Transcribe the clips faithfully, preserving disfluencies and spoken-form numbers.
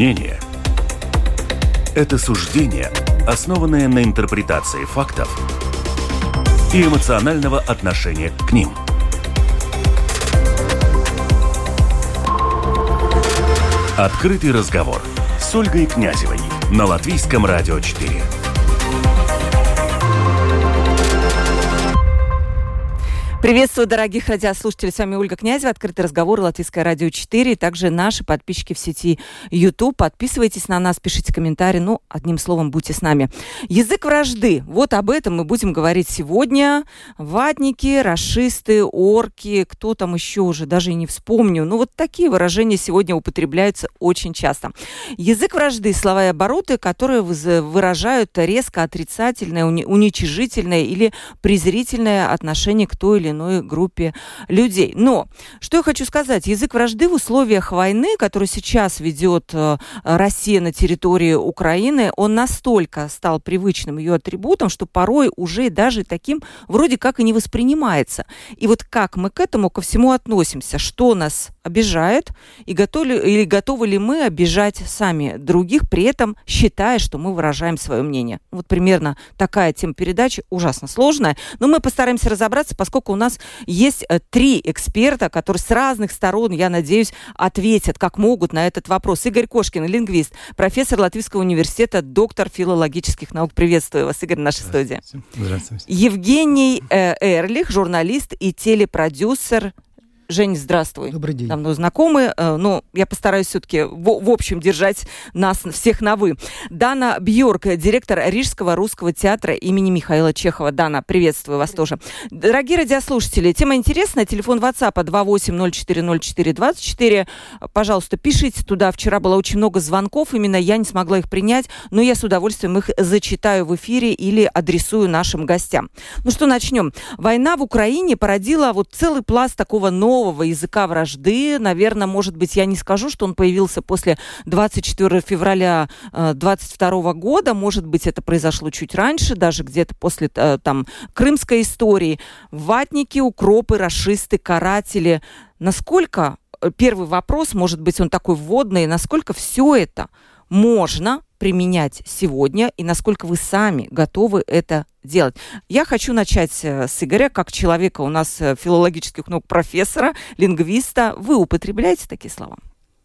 Мнение – это суждение, основанное на интерпретации фактов и эмоционального отношения к ним. Открытый разговор с Ольгой Князевой на Латвийском радио четыре. Приветствую, дорогих радиослушателей. С вами Ольга Князева, Открытый разговор, Латвийское радио четыре. И также наши подписчики в сети YouTube. Подписывайтесь на нас, пишите комментарии. Ну, одним словом, будьте с нами. Язык вражды. Вот об этом мы будем говорить сегодня. Ватники, рашисты, орки, кто там еще уже, даже и не вспомню. Ну, вот такие выражения сегодня употребляются очень часто. Язык вражды – слова и обороты, которые выражают резко отрицательное, уничижительное или презрительное отношение к той или иной группе людей. Но, что я хочу сказать, язык вражды в условиях войны, которую сейчас ведет э, Россия на территории Украины, он настолько стал привычным ее атрибутом, что порой уже даже таким вроде как и не воспринимается. И вот как мы к этому ко всему относимся? Что нас обижает? И готовы, или готовы ли мы обижать сами других, при этом считая, что мы выражаем свое мнение? Вот примерно такая тема передачи, ужасно сложная, но мы постараемся разобраться, поскольку у нас есть три эксперта, которые с разных сторон, я надеюсь, ответят как могут на этот вопрос. Игорь Кошкин, лингвист, профессор Латвийского университета, доктор филологических наук. Приветствую вас, Игорь, в нашей студии. Здравствуйте. Евгений э, Эрлих, журналист и телепродюсер. Жень, здравствуй. Добрый день. Давно знакомы, но я постараюсь все-таки в, в общем держать нас всех на «вы». Дана Бьорк, директор Рижского русского театра имени Михаила Чехова. Дана, приветствую вас тоже. Дорогие радиослушатели, тема интересная. Телефон WhatsApp два восемь ноль четыре ноль четыре двадцать четыре. Пожалуйста, пишите туда. Вчера было очень много звонков, именно я не смогла их принять, но я с удовольствием их зачитаю в эфире или адресую нашим гостям. Ну что, начнем. Война в Украине породила вот целый пласт такого нового нового языка вражды. Наверное, может быть, я не скажу, что он появился после двадцать четвёртого февраля двадцать второго года. Может быть, это произошло чуть раньше, даже где-то после там крымской истории. Ватники, укропы, рашисты, каратели. Насколько, первый вопрос, может быть, он такой вводный, насколько все это можно применять сегодня и насколько вы сами готовы это делать. Я хочу начать с Игоря, как человека у нас филологических наук, профессора, лингвиста. Вы употребляете такие слова?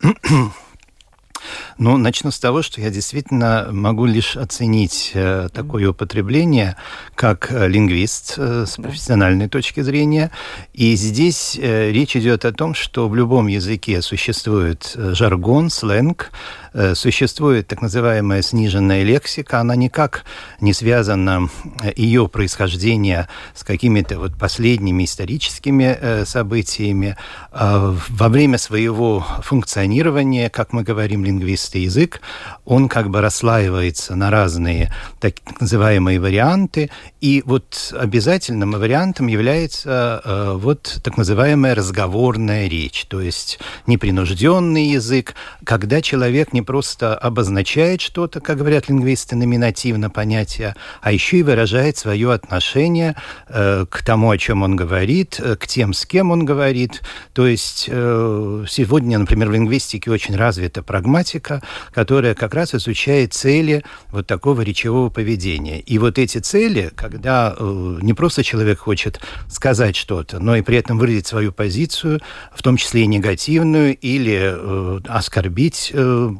Ну, начну с того, что я действительно могу лишь оценить э, такое употребление как э, лингвист э, с профессиональной точки зрения. И здесь э, речь идет о том, что в любом языке существует э, жаргон, сленг, э, существует так называемая сниженная лексика. Она никак не связана, э, ее происхождение с какими-то вот последними историческими э, событиями. Э, во время своего функционирования, как мы говорим, лингвист и язык, он как бы расслаивается на разные так называемые варианты, и вот обязательным вариантом является э, вот так называемая разговорная речь, то есть непринужденный язык, когда человек не просто обозначает что-то, как говорят лингвисты, номинативно понятие, а еще и выражает свое отношение э, к тому, о чем он говорит, э, к тем, с кем он говорит. То есть э, сегодня, например, в лингвистике очень развита прагматика, которая как раз изучает цели вот такого речевого поведения. И вот эти цели, когда э, не просто человек хочет сказать что-то, но и при этом выразить свою позицию, в том числе и негативную, или э, оскорбить э,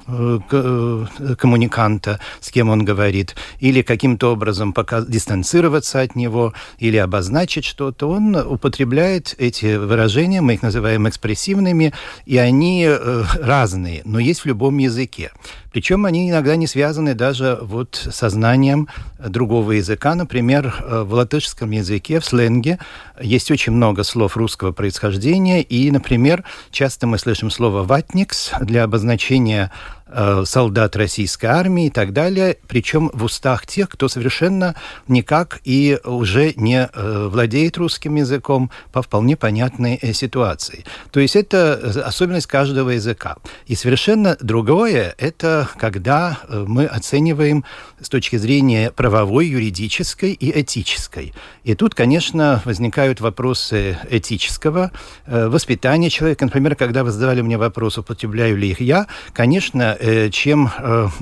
э, коммуниканта, с кем он говорит, или каким-то образом пока дистанцироваться от него, или обозначить что-то, он употребляет эти выражения, мы их называем экспрессивными, и они э, разные, но есть в любом языке. Причем они иногда не связаны даже вот со знанием другого языка. Например, в латышском языке, в сленге, есть очень много слов русского происхождения. И, например, часто мы слышим слово «ватникс» для обозначения солдат российской армии и так далее, причем в устах тех, кто совершенно никак и уже не владеет русским языком по вполне понятной ситуации. То есть это особенность каждого языка. И совершенно другое – это когда мы оцениваем с точки зрения правовой, юридической и этической. И тут, конечно, возникают вопросы этического воспитания человека. Например, когда вы задавали мне вопрос, употребляю ли их я, конечно, чем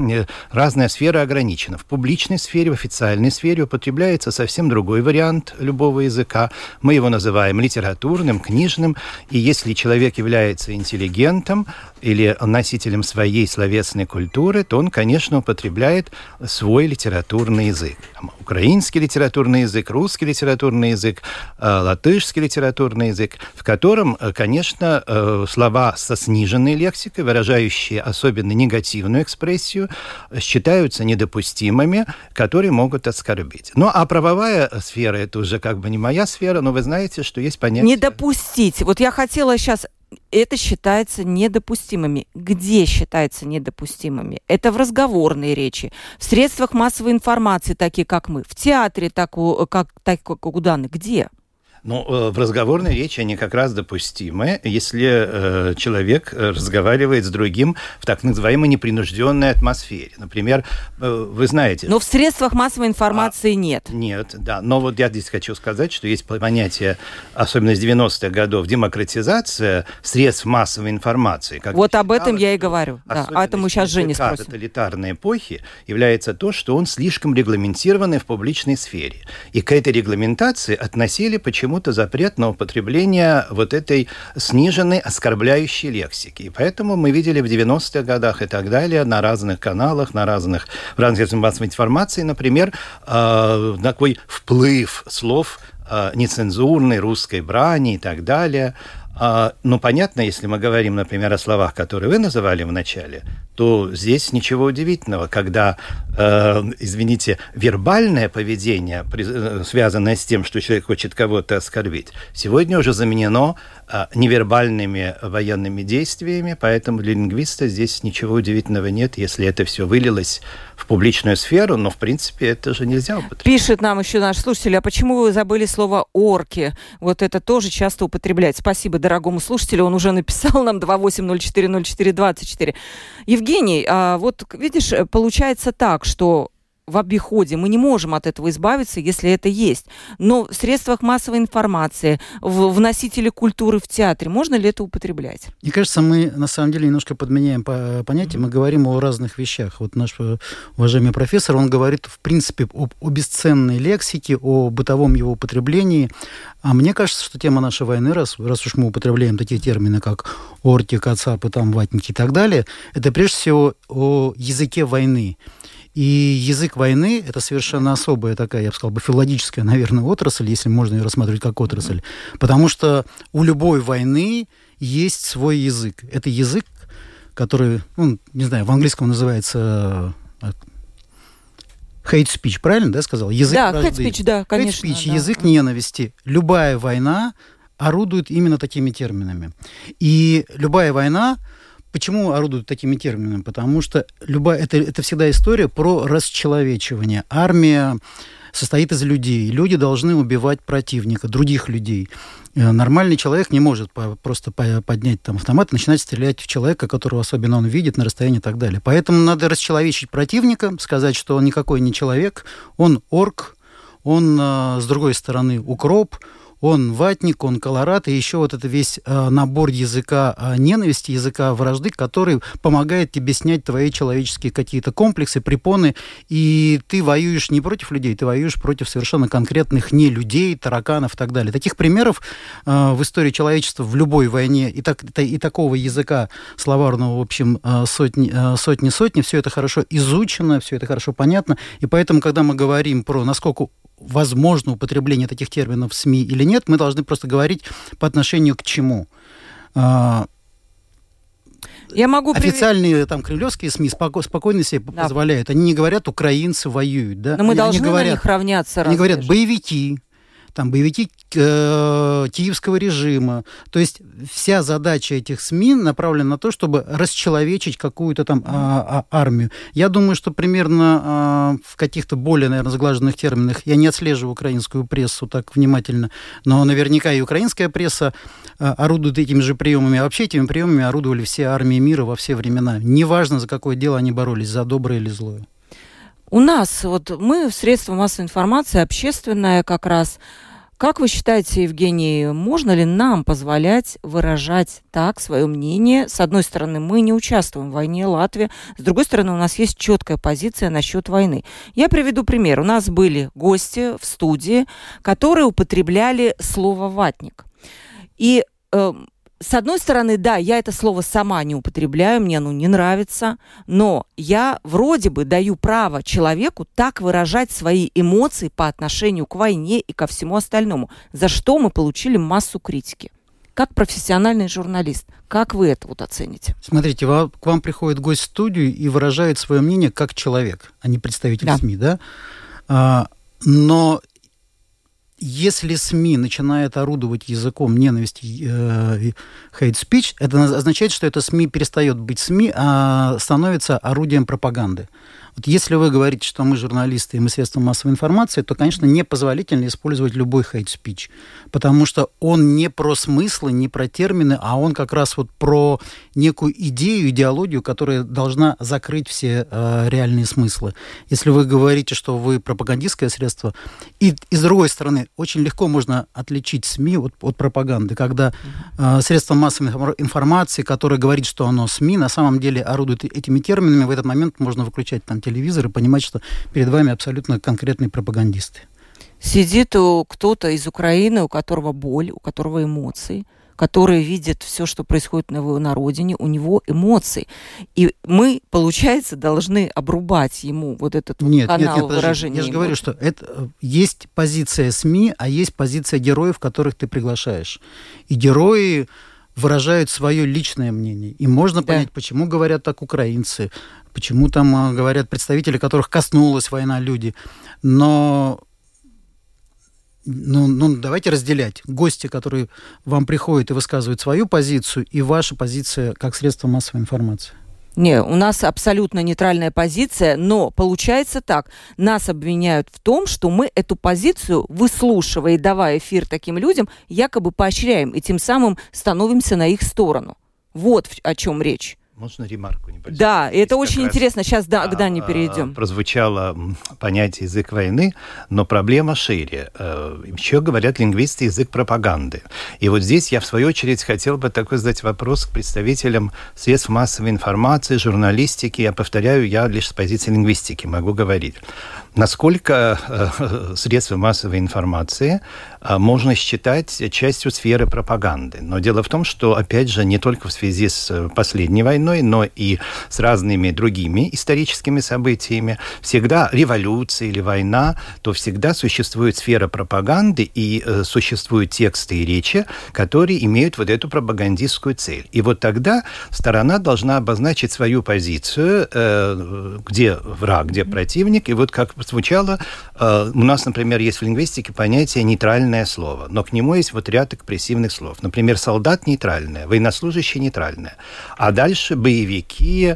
разная сфера ограничена. В публичной сфере, в официальной сфере употребляется совсем другой вариант любого языка. Мы его называем литературным, книжным. И если человек является интеллигентом или носителем своей словесной культуры, то он, конечно, употребляет свой литературный язык. Украинский литературный язык, русский литературный язык, латышский литературный язык, в котором, конечно, слова со сниженной лексикой, выражающие особенно негативную экспрессию, считаются недопустимыми, которые могут оскорбить. Ну, а правовая сфера, это уже как бы не моя сфера, но вы знаете, что есть понятие... Не допустить. Вот я хотела сейчас... Это считается недопустимыми. Где считается недопустимыми? Это в разговорной речи, в средствах массовой информации, такие как мы, в театре, так, как, так как у Даны. Где? Ну, в разговорной речи они как раз допустимы, если э, человек разговаривает с другим в так называемой непринужденной атмосфере. Например, э, вы знаете... Но в средствах массовой информации а, нет. Нет, да. Но вот я здесь хочу сказать, что есть понятие, особенно с девяностых годов, демократизация средств массовой информации. Как вот об этом я и говорю. Да. А это мы сейчас Жене спросим. Тоталитарной эпохи является то, что он слишком регламентированный в публичной сфере. И к этой регламентации относили почему то запрет на употребление вот этой сниженной оскорбляющей лексики. И поэтому мы видели в девяностых годах и так далее на разных каналах, на разных, в разных средствах массовой информации, например, э, такой вплыв слов э, нецензурной русской брани и так далее. Uh, ну, понятно, если мы говорим, например, о словах, которые вы называли в начале, то здесь ничего удивительного, когда, э, извините, вербальное поведение, при, связанное с тем, что человек хочет кого-то оскорбить, сегодня уже заменено э, невербальными военными действиями, поэтому для лингвиста здесь ничего удивительного нет, если это все вылилось в публичную сферу, но, в принципе, это же нельзя употреблять. Пишет нам еще наш слушатель, а почему вы забыли слово «орки»? Вот это тоже часто употребляют. Спасибо дорогому слушателю, он уже написал нам два восемь ноль четыре ноль четыре двадцать четыре. Евгений, а вот видишь, получается так, что в обиходе мы не можем от этого избавиться, если это есть. Но в средствах массовой информации, в, в носителе культуры в театре, можно ли это употреблять? Мне кажется, мы на самом деле немножко подменяем понятие, мы говорим о разных вещах. Вот наш уважаемый профессор, он говорит, в принципе, об, о бесценной лексике, о бытовом его употреблении. А мне кажется, что тема нашей войны, раз, раз уж мы употребляем такие термины, как орки, кацапы, там, ватники и так далее, это прежде всего о языке войны. И язык войны – это совершенно особая такая, я бы сказал, филологическая, наверное, отрасль, если можно ее рассматривать как отрасль. Потому что у любой войны есть свой язык. Это язык, который, ну, не знаю, в английском называется hate speech, правильно, да, сказал? Язык да, вражды. hate speech, да, конечно. Hate speech, да. язык ненависти. Любая война орудует именно такими терминами. И любая война... Почему орудуют такими терминами? Потому что любая, это, это всегда история про расчеловечивание. Армия состоит из людей. Люди должны убивать противника, других людей. Нормальный человек не может по, просто по, поднять там, автомат и начинать стрелять в человека, которого особенно он видит на расстоянии и так далее. Поэтому надо расчеловечить противника, сказать, что он никакой не человек, он орк, он, с другой стороны, укроп, он ватник, он колорад, и еще вот это весь э, набор языка э, ненависти, языка вражды, который помогает тебе снять твои человеческие какие-то комплексы, препоны, и ты воюешь не против людей, ты воюешь против совершенно конкретных не людей, тараканов и так далее. Таких примеров э, в истории человечества в любой войне и, так, и такого языка словарного, в общем, э, сотни, э, сотни, сотни, все это хорошо изучено, все это хорошо понятно, и поэтому, когда мы говорим про насколько возможно употребление таких терминов в СМИ или нет, мы должны просто говорить по отношению к чему. Я могу Официальные там кремлевские СМИ споко- спокойно себе да. позволяют. Они не говорят, украинцы воюют. Да? Но мы они, должны они говорят, на них равняться. Они говорят, боевики, там, боевики э, киевского режима. То есть вся задача этих СМИ направлена на то, чтобы расчеловечить какую-то там а, а, армию. Я думаю, что примерно а, в каких-то более, наверное, сглаженных терминах, я не отслеживаю украинскую прессу так внимательно, но наверняка и украинская пресса а, орудует этими же приемами. А вообще этими приемами орудовали все армии мира во все времена. Неважно, за какое дело они боролись, за доброе или злое. У нас, вот мы в средства массовой информации, общественная как раз, Как вы считаете, Евгений, можно ли нам позволять выражать так свое мнение? С одной стороны, мы не участвуем в войне, Латвия. С другой стороны, у нас есть четкая позиция насчет войны. Я приведу пример. У нас были гости в студии, которые употребляли слово «ватник». И э, с одной стороны, да, я это слово сама не употребляю, мне оно не нравится, но я вроде бы даю право человеку так выражать свои эмоции по отношению к войне и ко всему остальному, за что мы получили массу критики. Как профессиональный журналист, как вы это вот оцените? Смотрите, к вам приходит гость в студию и выражает свое мнение как человек, а не представитель да. СМИ, да? А, но если СМИ начинает орудовать языком ненависти, э, hate speech, это означает, что это СМИ перестает быть СМИ, а становится орудием пропаганды. Вот если вы говорите, что мы журналисты и мы средства массовой информации, то, конечно, непозволительно использовать любой hate speech, потому что он не про смыслы, не про термины, а он как раз вот про некую идею, идеологию, которая должна закрыть все э, реальные смыслы. Если вы говорите, что вы пропагандистское средство, и, и с другой стороны, очень легко можно отличить СМИ от, от пропаганды, когда э, средство массовой информации, которое говорит, что оно СМИ, на самом деле орудует этими терминами, в этот момент можно выключать там телевизор и понимать, что перед вами абсолютно конкретные пропагандисты. Сидит кто-то из Украины, у которого боль, у которого эмоции, который видит все, что происходит на, на родине, у него эмоции. И мы, получается, должны обрубать ему вот этот нет, канал нет, нет, выражения. Я же говорю, что это, есть позиция СМИ, а есть позиция героев, которых ты приглашаешь. И герои выражают свое личное мнение. И можно да. понять, почему говорят так украинцы, почему там говорят представители, которых коснулась война, люди. Но ну, ну, давайте разделять. Гости, которые вам приходят и высказывают свою позицию, и ваша позиция как средство массовой информации. Не, у нас абсолютно нейтральная позиция, но получается так. Нас обвиняют в том, что мы эту позицию, выслушивая и давая эфир таким людям, якобы поощряем, и тем самым становимся на их сторону. Вот о чем речь. Можно ремарку небольшую? Да, и это очень раз, интересно. Сейчас да, а, к Дане перейдем. Прозвучало понятие язык войны, но проблема шире. Еще говорят лингвисты язык пропаганды. И вот здесь я, в свою очередь, хотел бы такой задать вопрос к представителям средств массовой информации, журналистики. Я повторяю, я лишь с позиции лингвистики могу говорить. Насколько э, средства массовой информации э, можно считать частью сферы пропаганды? Но дело в том, что, опять же, не только в связи с последней войной, но и с разными другими историческими событиями, всегда революция или война, то всегда существует сфера пропаганды и э, существуют тексты и речи, которые имеют вот эту пропагандистскую цель. И вот тогда сторона должна обозначить свою позицию, э, где враг, где противник, и вот как звучало, э, у нас, например, есть в лингвистике понятие «нейтральное слово», но к нему есть вот ряд экспрессивных слов. Например, солдат – нейтральное, военнослужащий – нейтральное. А дальше боевики,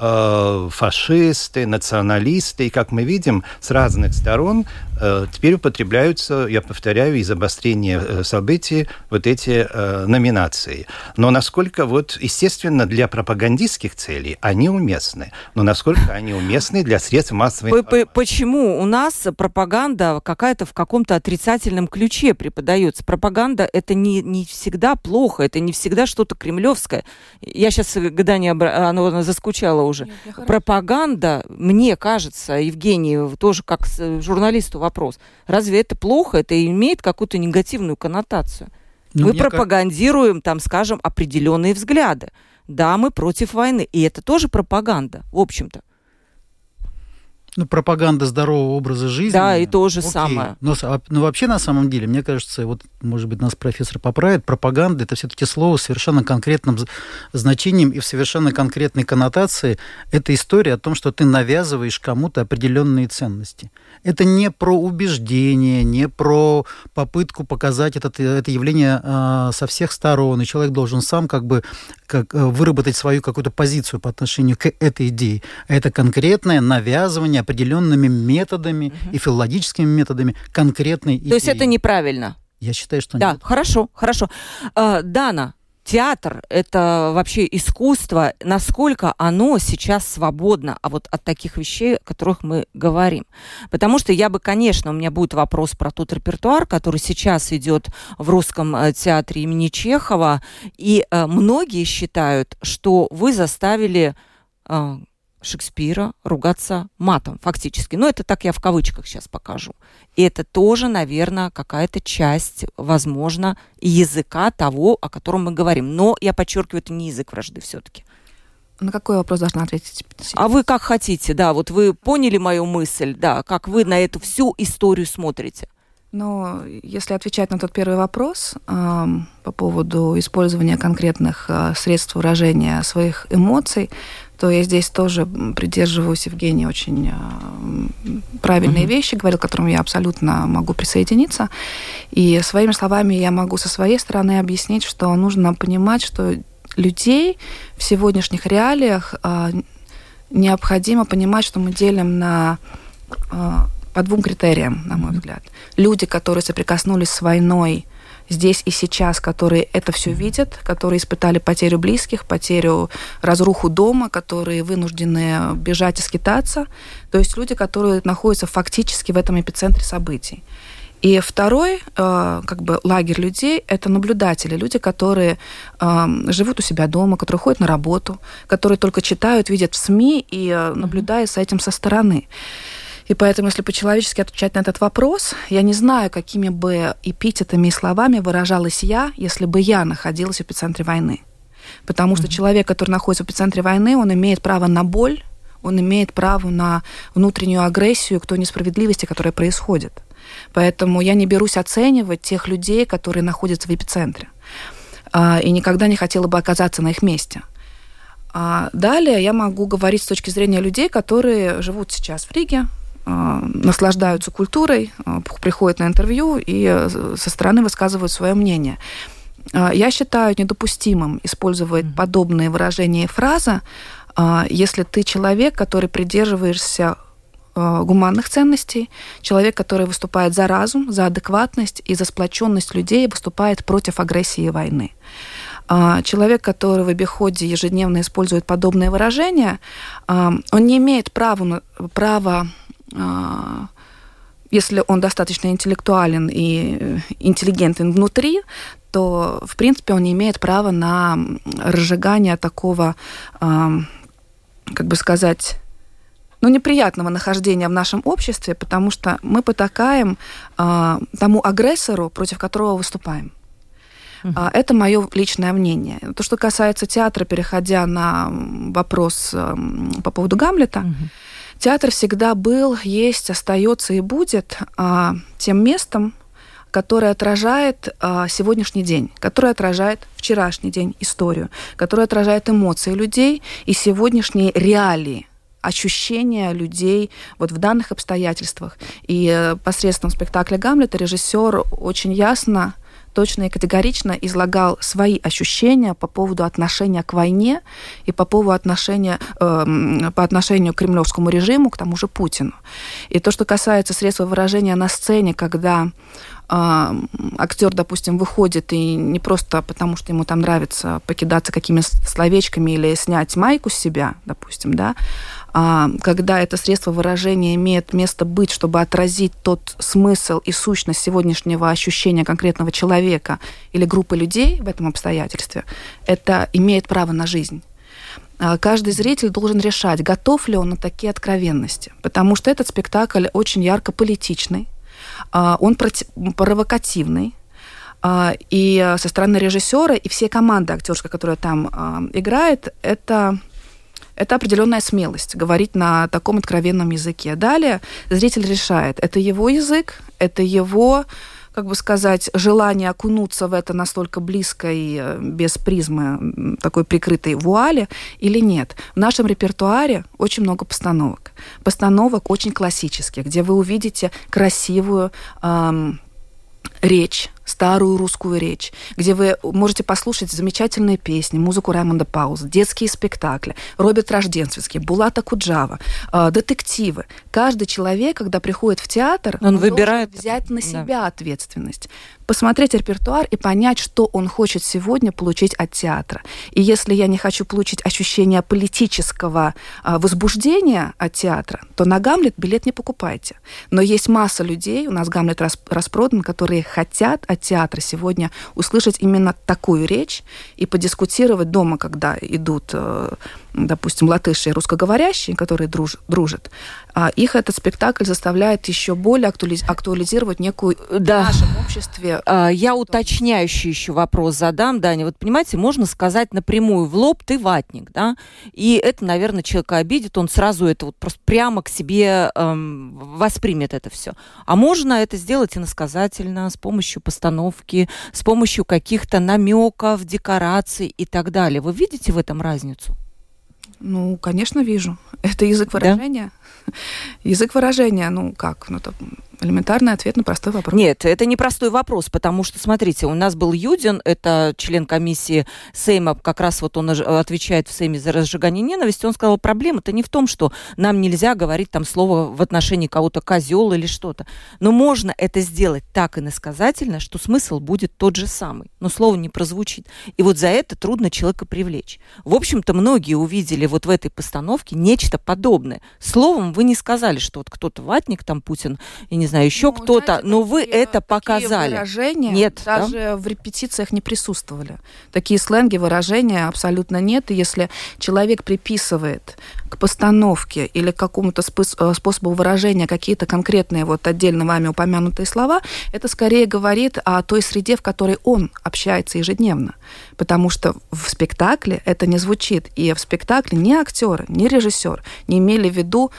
э, фашисты, националисты. И, как мы видим, с разных сторон э, теперь употребляются, я повторяю, из обострения э, событий вот эти э, номинации. Но насколько, вот, естественно, для пропагандистских целей они уместны, но насколько они уместны для средств массовой информации? Почему у нас пропаганда какая-то в каком-то отрицательном ключе преподается? Пропаганда – это не, не всегда плохо, это не всегда что-то кремлевское. Я сейчас, когда не обра... оно заскучало уже. Нет, пропаганда, мне кажется, Евгений, тоже как журналисту вопрос, разве это плохо? Это имеет какую-то негативную коннотацию? Ну, мы пропагандируем, как... там, скажем, определенные взгляды. Да, мы против войны. И это тоже пропаганда, в общем-то. Ну, пропаганда здорового образа жизни. Да, и то же окей. самое. Но, но вообще, на самом деле, мне кажется, вот, может быть, нас профессор поправит, пропаганда – это все-таки слово с совершенно конкретным значением и в совершенно конкретной коннотации. Это история о том, что ты навязываешь кому-то определенные ценности. Это не про убеждение, не про попытку показать это, это явление э, со всех сторон, и человек должен сам как бы как, э, выработать свою какую-то позицию по отношению к этой идее. Это конкретное навязывание определенными методами угу. и филологическими методами конкретной идеи. То есть это неправильно? Я считаю, что да, нет. Да, хорошо, хорошо. А, Дана, театр, это вообще искусство, насколько оно сейчас свободно а вот от таких вещей, о которых мы говорим. Потому что я бы, конечно, у меня будет вопрос про тот репертуар, который сейчас идет в Русском театре имени Чехова, и э, многие считают, что вы заставили э, Шекспира ругаться матом, фактически. Но это так я в кавычках сейчас покажу. И это тоже, наверное, какая-то часть, возможно, языка того, о котором мы говорим. Но, я подчеркиваю, это не язык вражды все-таки. На какой вопрос должна ответить? А вы как хотите, да, вот вы поняли мою мысль, да, как вы на эту всю историю смотрите? Но если отвечать на тот первый вопрос э, по поводу использования конкретных э, средств выражения своих эмоций, то я здесь тоже придерживаюсь, Евгений очень э, правильные mm-hmm. вещи говорил, к которым я абсолютно могу присоединиться. И своими словами я могу со своей стороны объяснить, что нужно понимать, что людей в сегодняшних реалиях э, необходимо понимать, что мы делим на... Э, по двум критериям, на мой взгляд. Люди, которые соприкоснулись с войной здесь и сейчас, которые это все видят, которые испытали потерю близких, потерю, разруху дома, которые вынуждены бежать и скитаться. То есть люди, которые находятся фактически в этом эпицентре событий. И второй э, как бы лагерь людей – это наблюдатели, люди, которые э, живут у себя дома, которые ходят на работу, которые только читают, видят в СМИ и э, наблюдают за этим со стороны. И поэтому, если по-человечески отвечать на этот вопрос, я не знаю, какими бы эпитетами и словами выражалась я, если бы я находилась в эпицентре войны. Потому что mm-hmm. человек, который находится в эпицентре войны, он имеет право на боль, он имеет право на внутреннюю агрессию к той несправедливости, которая происходит. Поэтому я не берусь оценивать тех людей, которые находятся в эпицентре. И никогда не хотела бы оказаться на их месте. Далее я могу говорить с точки зрения людей, которые живут сейчас в Риге, наслаждаются культурой, приходят на интервью и со стороны высказывают свое мнение. Я считаю недопустимым использовать mm-hmm. подобные выражения и фразы, если ты человек, который придерживаешься гуманных ценностей, человек, который выступает за разум, за адекватность и за сплоченность людей, выступает против агрессии и войны. Человек, который в обиходе ежедневно использует подобные выражения, он не имеет права, права если он достаточно интеллектуален и интеллигентен внутри, то, в принципе, он не имеет права на разжигание такого, как бы сказать, ну, неприятного нахождения в нашем обществе, потому что мы потакаем тому агрессору, против которого выступаем. Uh-huh. Это мое личное мнение. То, что касается театра, переходя на вопрос по поводу Гамлета, uh-huh. театр всегда был, есть, остается и будет а, тем местом, которое отражает а, сегодняшний день, которое отражает вчерашний день, историю, которое отражает эмоции людей и сегодняшние реалии, ощущения людей вот в данных обстоятельствах. И а, посредством спектакля «Гамлета» режиссер очень ясно, точно и категорично излагал свои ощущения по поводу отношения к войне и по поводу отношения, э, по отношению к кремлевскому режиму, к тому же Путину. И то, что касается средств выражения на сцене, когда э, актер, допустим, выходит и не просто потому, что ему там нравится покидаться какими-то словечками или снять майку с себя, допустим, да, а когда это средство выражения имеет место быть, чтобы отразить тот смысл и сущность сегодняшнего ощущения конкретного человека или группы людей в этом обстоятельстве, это имеет право на жизнь. Каждый зритель должен решать, готов ли он на такие откровенности, потому что этот спектакль очень ярко политичный, он провокативный, и со стороны режиссера и всей команды актерской, которая там играет, это... Это определенная смелость говорить на таком откровенном языке. Далее зритель решает, это его язык, это его, как бы сказать, желание окунуться в это настолько близко и без призмы такой прикрытой вуали или нет. В нашем репертуаре очень много постановок. Постановок очень классических, где вы увидите красивую эм, речь старую русскую речь, где вы можете послушать замечательные песни, музыку Раймонда Пауза, детские спектакли, Роберт Рождественский, Булат Акуджава, э, детективы. Каждый человек, когда приходит в театр, он, он выбирает взять на себя да. ответственность, посмотреть репертуар и понять, что он хочет сегодня получить от театра. И если я не хочу получить ощущение политического а, возбуждения от театра, то на «Гамлет» билет не покупайте. Но есть масса людей, у нас «Гамлет» распродан, которые хотят от театра сегодня услышать именно такую речь и подискутировать дома, когда идут, допустим, латыши и русскоговорящие, которые дружат, дружат. Их этот спектакль заставляет еще более актуализировать некую да. в нашем обществе. Я уточняющий еще вопрос задам, Даня. Вот понимаете, можно сказать напрямую в лоб: ты ватник, да? И это, наверное, человека обидит, он сразу это вот просто прямо к себе эм, воспримет это все. А можно это сделать иносказательно, с помощью постановки, с помощью каких-то намеков, декораций и так далее. Вы видите в этом разницу? Ну, конечно, вижу. Это язык выражения. Да? Язык выражения, ну как, ну это элементарный ответ на простой вопрос. Нет, это не простой вопрос, потому что, смотрите, у нас был Юдин, это член комиссии Сейма, как раз вот он отвечает в Сейме за разжигание ненависти, он сказал, проблема-то не в том, что нам нельзя говорить там слово в отношении кого-то козел или что-то, но можно это сделать так иносказательно, что смысл будет тот же самый, но слово не прозвучит. И вот за это трудно человека привлечь. В общем-то, многие увидели вот в этой постановке нечто подобное. Словом, вы не сказали, что вот кто-то ватник, там Путин, и не знаю, еще ну, кто-то, знаете, но такие, вы это показали. Выражения нет, даже да? в репетициях не присутствовали. Такие сленги, выражения абсолютно нет. И если человек приписывает к постановке или к какому-то способу выражения какие-то конкретные вот отдельно вами упомянутые слова, это скорее говорит о той среде, в которой он общается ежедневно. Потому что в спектакле это не звучит. И в спектакле ни актеры, ни режиссер не имели в виду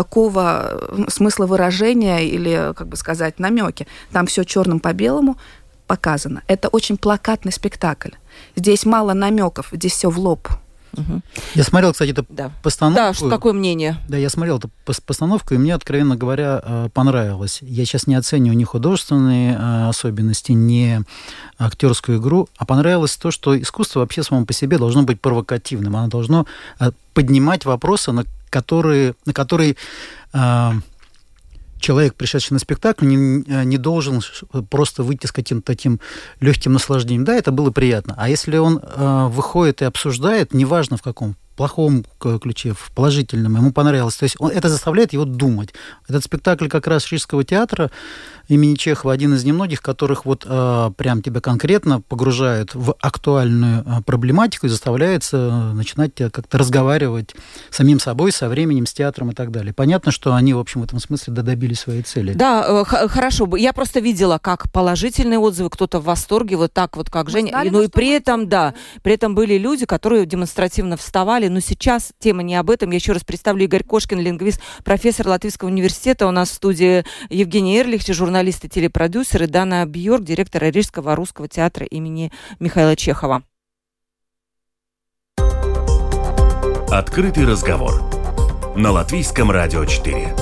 такого смысла выражения или, как бы сказать, намеки. Там все черным по белому показано. Это очень плакатный спектакль. Здесь мало намеков, здесь все в лоб. Угу. Я смотрел, кстати, эту да. постановку. Да, что, какое мнение? Да, я смотрел эту постановку, и мне, откровенно говоря, понравилось. Я сейчас не оцениваю ни художественные особенности, ни актерскую игру, а понравилось то, что искусство вообще само по себе должно быть провокативным. Оно должно поднимать вопросы, на которые, на которые э, человек, пришедший на спектакль, не, не должен просто выйти с каким-то таким легким наслаждением. Да, это было приятно. А если он э, выходит и обсуждает, неважно в каком, в плохом ключе, в положительном, ему понравилось. То есть он, это заставляет его думать. Этот спектакль как раз Рижского театра имени Чехова один из немногих, которых вот э, прям тебя конкретно погружают в актуальную э, проблематику и заставляет э, начинать как-то разговаривать с самим собой, со временем, с театром и так далее. Понятно, что они, в общем, в этом смысле добились своей цели. Да, э, х- хорошо. Я просто видела, как положительные отзывы, кто-то в восторге, вот так вот, как Мы Женя. Знали, ну и при этом, да, при этом были люди, которые демонстративно вставали. Но сейчас тема не об этом. Я еще раз представлю: Игорь Кошкин, лингвист, профессор Латвийского университета. У нас в студии Евгений Эрлих, журналист и телепродюсер, и Дана Бьорк, директор Рижского русского театра имени Михаила Чехова. Открытый разговор на Латвийском радио четыре.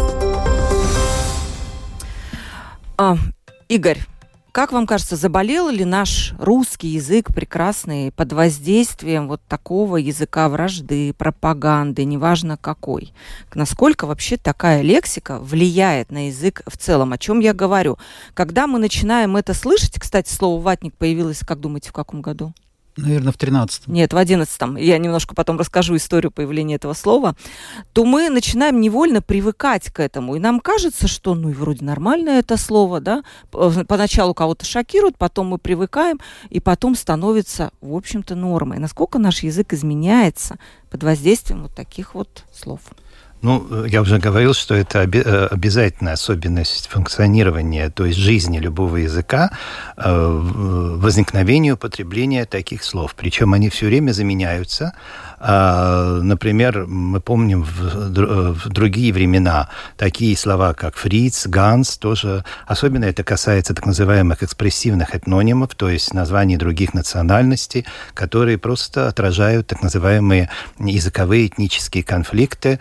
А, Игорь, как вам кажется, заболел ли наш русский язык прекрасный под воздействием вот такого языка вражды, пропаганды, неважно какой? Насколько вообще такая лексика влияет на язык в целом? О чем я говорю? Когда мы начинаем это слышать, кстати, слово «ватник» появилось, как думаете, в каком году? Наверное, в тринадцатом. Нет, в одиннадцатом. Я немножко потом расскажу историю появления этого слова. То мы начинаем невольно привыкать к этому. И нам кажется, что, ну, и вроде нормально это слово, да? Поначалу кого-то шокирует, потом мы привыкаем, и потом становится, в общем-то, нормой. Насколько наш язык изменяется под воздействием вот таких вот слов? Ну, я уже говорил, что это обязательная особенность функционирования, то есть жизни любого языка, возникновение употребления таких слов. Причем они все время заменяются Например, мы помним в другие времена такие слова, как фриц, ганс, тоже, особенно это касается так называемых экспрессивных этнонимов, то есть названий других национальностей, которые просто отражают так называемые языковые этнические конфликты,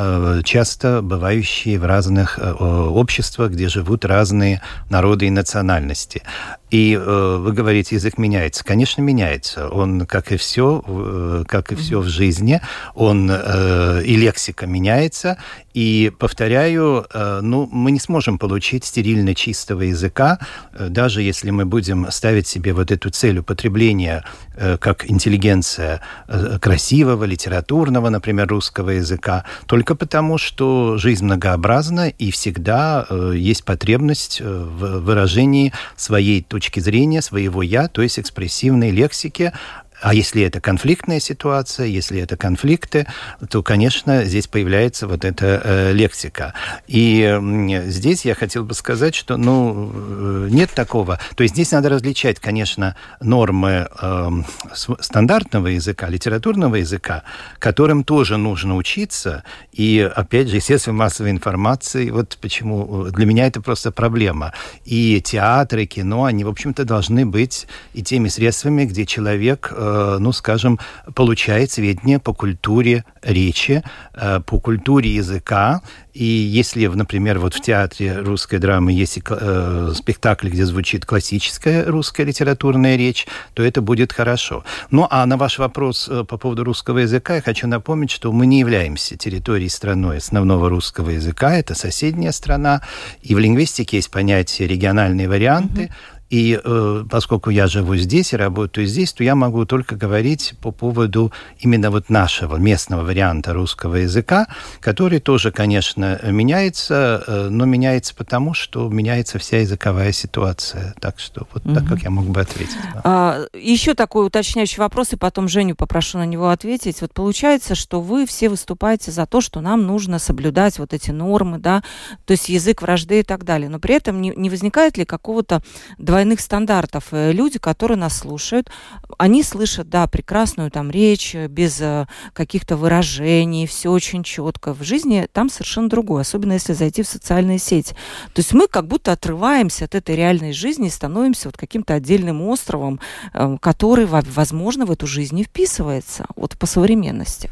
часто бывающие в разных обществах, где живут разные народы и национальности. И э, вы говорите, язык меняется. Конечно, меняется. Он, как и все, э, как и все в жизни, он э, и лексика меняется. И, повторяю, э, ну, мы не сможем получить стерильно чистого языка, э, даже если мы будем ставить себе вот эту цель употребления э, как интеллигенция э, красивого, литературного, например, русского языка, только потому, что жизнь многообразна, и всегда э, есть потребность э, в выражении своей точки зрения, своего «я», то есть экспрессивной лексики. А если это конфликтная ситуация, если это конфликты, то, конечно, здесь появляется вот эта э, лексика. И э, здесь я хотел бы сказать, что ну, э, нет такого. То есть здесь надо различать, конечно, нормы э, стандартного языка, литературного языка, которым тоже нужно учиться. И, опять же, средства массовой информации, вот почему для меня это просто проблема. И театр, и кино, они, в общем-то, должны быть и теми средствами, где человек... ну, скажем, получает сведения по культуре речи, по культуре языка. И если, например, вот в театре русской драмы есть э, спектакль, где звучит классическая русская литературная речь, то это будет хорошо. Ну, а на ваш вопрос по поводу русского языка я хочу напомнить, что мы не являемся территорией страной основного русского языка, это соседняя страна, и в лингвистике есть понятие региональные варианты. Mm-hmm. И э, поскольку я живу здесь и работаю здесь, то я могу только говорить по поводу именно вот нашего местного варианта русского языка, который тоже, конечно, меняется, э, но меняется потому, что меняется вся языковая ситуация. Так что вот mm-hmm. так, как я мог бы ответить. Да. А, еще такой уточняющий вопрос, и потом Женю попрошу на него ответить. Вот получается, что вы все выступаете за то, что нам нужно соблюдать вот эти нормы, да, то есть язык вражды и так далее. Но при этом не, не возникает ли какого-то двойных стандартов? Люди, которые нас слушают, они слышат, да, прекрасную там речь, без э, каких-то выражений, все очень четко. В жизни там совершенно другое, особенно если зайти в социальные сети. То есть мы как будто отрываемся от этой реальной жизни и становимся вот каким-то отдельным островом, э, который, возможно, в эту жизнь не вписывается вот по современности.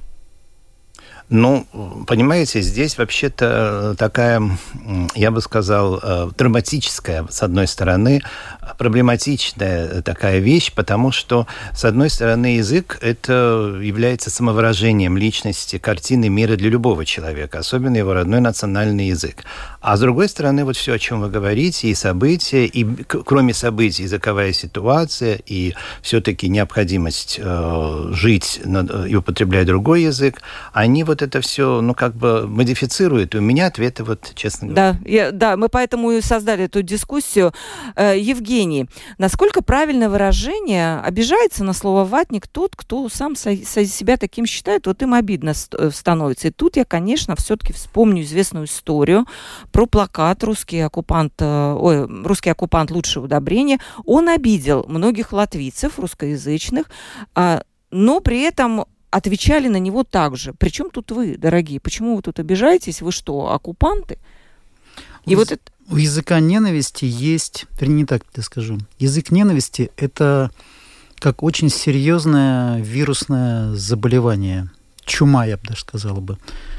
Ну, понимаете, здесь вообще-то такая, я бы сказал, драматическая, с одной стороны, проблематичная такая вещь, потому что, с одной стороны, язык – это является самовыражением личности, картины мира для любого человека, особенно его родной национальный язык. А с другой стороны, вот все, о чем вы говорите, и события, и кроме событий, языковая ситуация, и все-таки необходимость э, жить и употреблять другой язык, они вот это все, ну, как бы модифицируют. И у меня ответы, вот, честно говоря. Да, я, да, мы поэтому и создали эту дискуссию. Э, Евгений, насколько правильное выражение обижается на слово «ватник» тот, кто сам со, со себя таким считает, вот им обидно становится. И тут я, конечно, все-таки вспомню известную историю про плакат «Русский оккупант, ой, русский оккупант лучшее удобрение». Он обидел многих латвийцев, русскоязычных, а, но при этом отвечали на него так же. Причем тут вы, дорогие? Почему вы тут обижаетесь? Вы что, оккупанты? И у, вот это... у языка ненависти есть... Вернее, не так я скажу. Язык ненависти – это как очень серьезное вирусное заболевание. Чума, я бы даже сказала бы.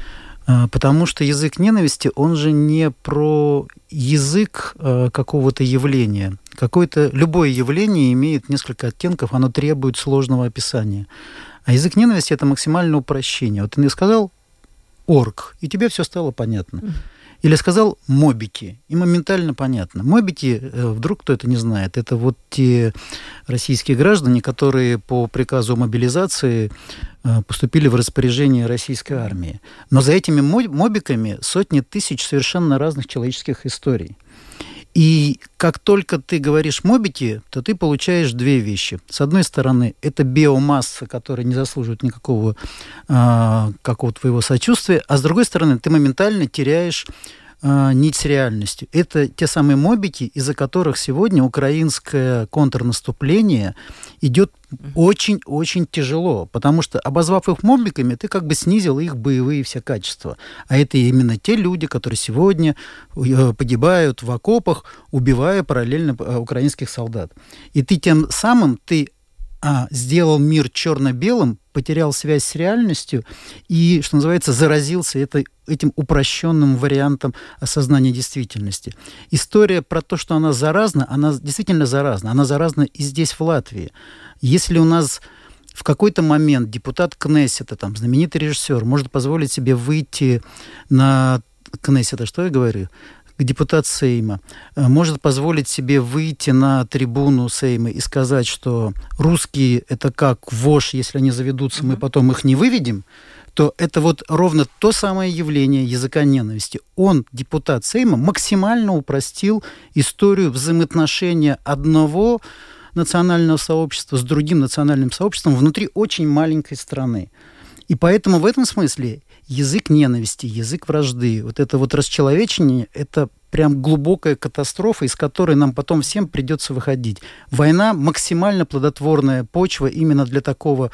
Потому что язык ненависти, он же не про язык какого-то явления. Какое-то, любое явление имеет несколько оттенков, оно требует сложного описания. А язык ненависти – это максимальное упрощение. Вот ты сказал «орг», и тебе все стало понятно. Или сказал «мобики», и моментально понятно. Мобики, вдруг кто-то не знает, это вот те российские граждане, которые по приказу о мобилизации поступили в распоряжение российской армии. Но за этими мобиками сотни тысяч совершенно разных человеческих историй. И как только ты говоришь «мобики», то ты получаешь две вещи. С одной стороны, это биомасса, которая не заслуживает никакого э, какого твоего сочувствия, а с другой стороны, ты моментально теряешь э, нить с реальностью. Это те самые мобики, из-за которых сегодня украинское контрнаступление идет очень-очень тяжело, потому что, обозвав их мобиками, ты как бы снизил их боевые все качества. А это именно те люди, которые сегодня погибают в окопах, убивая параллельно украинских солдат. И ты тем самым, ты а, сделал мир черно-белым, потерял связь с реальностью и, что называется, заразился этой, этим упрощенным вариантом осознания действительности. История про то, что она заразна, она действительно заразна. Она заразна и здесь, в Латвии. Если у нас в какой-то момент депутат Кнессета, там, знаменитый режиссер, может позволить себе выйти на Кнессета, что я говорю? Депутат Сейма может позволить себе выйти на трибуну Сейма и сказать, что русские – это как вошь, если они заведутся, mm-hmm. мы потом их не выведем, то это вот ровно то самое явление языка ненависти. Он, депутат Сейма, максимально упростил историю взаимоотношения одного национального сообщества с другим национальным сообществом внутри очень маленькой страны. И поэтому в этом смысле язык ненависти, язык вражды, вот это вот расчеловечение, это прям глубокая катастрофа, из которой нам потом всем придется выходить. Война – максимально плодотворная почва именно для такого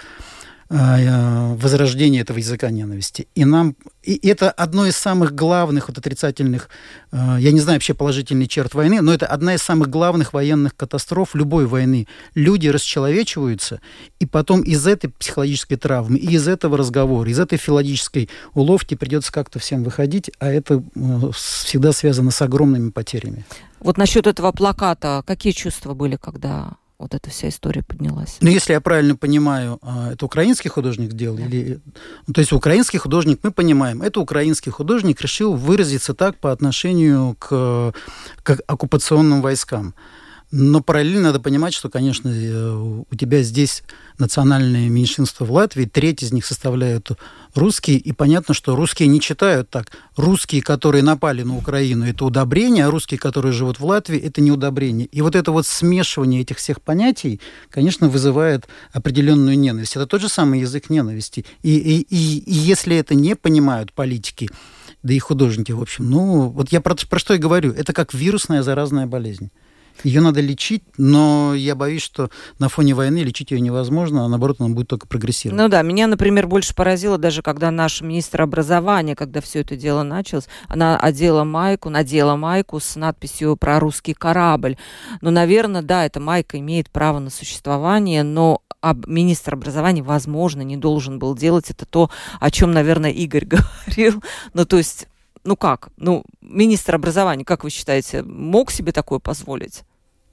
э, возрождения этого языка ненависти. И нам и это одно из самых главных вот, отрицательных, э, я не знаю вообще положительный черт войны, но это одна из самых главных военных катастроф любой войны. Люди расчеловечиваются, и потом из этой психологической травмы, и из этого разговора, из этой филологической уловки придется как-то всем выходить, а это э, всегда связано с огромными потерями. Вот насчет этого плаката, какие чувства были, когда вот эта вся история поднялась? Ну, если я правильно понимаю, это украинский художник сделал? Да. Или... Ну, то есть украинский художник, мы понимаем, это украинский художник решил выразиться так по отношению к, к оккупационным войскам. Но параллельно надо понимать, что, конечно, у тебя здесь национальное меньшинство в Латвии, треть из них составляют русские, и понятно, что русские не читают так. Русские, которые напали на Украину, это удобрение, а русские, которые живут в Латвии, это не удобрение. И вот это вот смешивание этих всех понятий, конечно, вызывает определенную ненависть. Это тот же самый язык ненависти. И, и, и, и если это не понимают политики, да и художники, в общем, ну, вот я про, про что и говорю, это как вирусная заразная болезнь. Ее надо лечить, но я боюсь, что на фоне войны лечить ее невозможно, а наоборот, она будет только прогрессировать. Ну да, меня, например, больше поразило даже, когда наш министр образования, когда все это дело началось, она одела майку, надела майку с надписью про русский корабль. Ну, наверное, да, эта майка имеет право на существование, но министр образования, возможно, не должен был делать это то, о чем, наверное, Игорь говорил. Ну, то есть, ну как? Ну, министр образования, как вы считаете, мог себе такое позволить?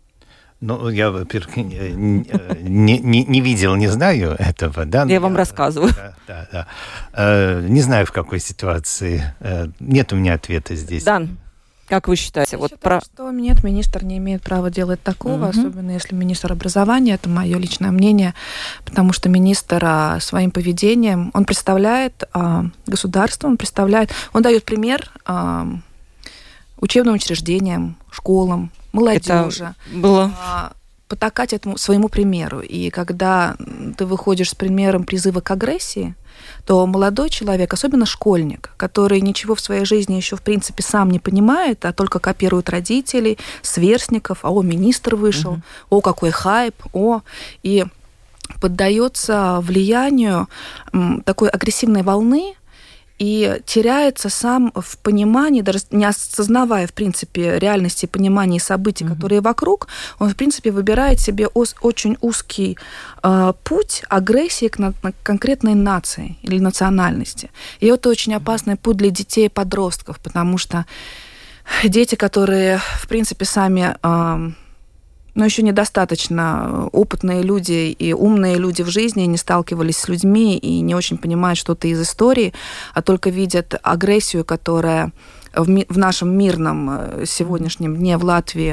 Ну, я, во-первых, не, не, не видел, не знаю этого, да. Я вам я, рассказываю. Да, да, да. Э, не знаю, в какой ситуации. Э, нет у меня ответа здесь. Дан, как вы считаете? Я вот считаю, про... что нет, министр не имеет права делать такого, угу. особенно если министр образования, это мое личное мнение, потому что министр а, своим поведением, он представляет а, государство, он представляет, он дает пример а, учебным учреждениям, школам, молодежи, было... потакать этому своему примеру. И когда ты выходишь с примером призыва к агрессии, то молодой человек, особенно школьник, который ничего в своей жизни еще в принципе сам не понимает, а только копирует родителей, сверстников, а о, министр вышел, угу. о, какой хайп, о, и поддается влиянию такой агрессивной волны, и теряется сам в понимании, даже не осознавая, в принципе, реальности понимания событий, mm-hmm. которые вокруг, он, в принципе, выбирает себе ос- очень узкий э, путь агрессии к, на- к конкретной нации или национальности. И это очень опасный путь для детей и подростков, потому что дети, которые, в принципе, сами... Э, но еще недостаточно опытные люди и умные люди в жизни не сталкивались с людьми и не очень понимают что-то из истории, а только видят агрессию, которая в, ми- в нашем мирном сегодняшнем дне в Латвии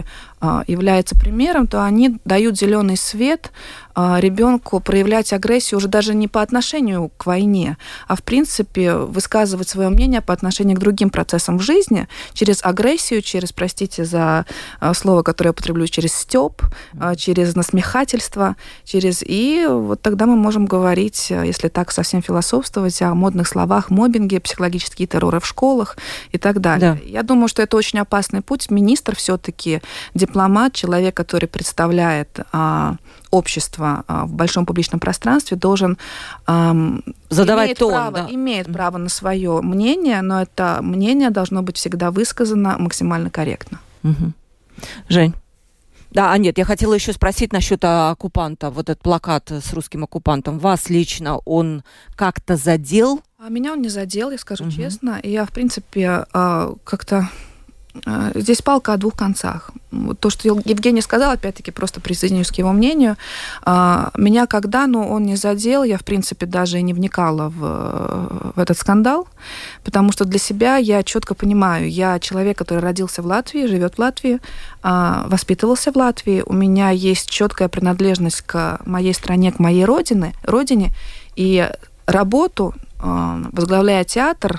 является примером, то они дают зеленый свет ребенку проявлять агрессию уже даже не по отношению к войне, а в принципе высказывать свое мнение по отношению к другим процессам в жизни через агрессию, через, простите за слово, которое я употреблю, через стёб, через насмехательство, через... И вот тогда мы можем говорить, если так совсем философствовать, о модных словах моббинге, психологические терроры в школах и так далее. Да. Я думаю, что это очень опасный путь. Министр все-таки дипломат, человек, который представляет а, общество а, в большом публичном пространстве, должен а, задавать имеет тон, право, да. имеет mm-hmm. право на свое мнение, но это мнение должно быть всегда высказано максимально корректно. Mm-hmm. Жень. Да, а нет, я хотела еще спросить насчет оккупанта. Вот этот плакат с русским оккупантом. Вас лично он как-то задел? А меня он не задел, я скажу mm-hmm. честно. И я, в принципе, как-то... Здесь палка о двух концах. Вот то, что Евгений сказал, опять-таки, просто присоединюсь к его мнению. Меня когда, ну, он не задел, я, в принципе, даже и не вникала в, в этот скандал, потому что для себя я четко понимаю, я человек, который родился в Латвии, живет в Латвии, воспитывался в Латвии, у меня есть четкая принадлежность к моей стране, к моей родине, родине, и работу, возглавляя театр,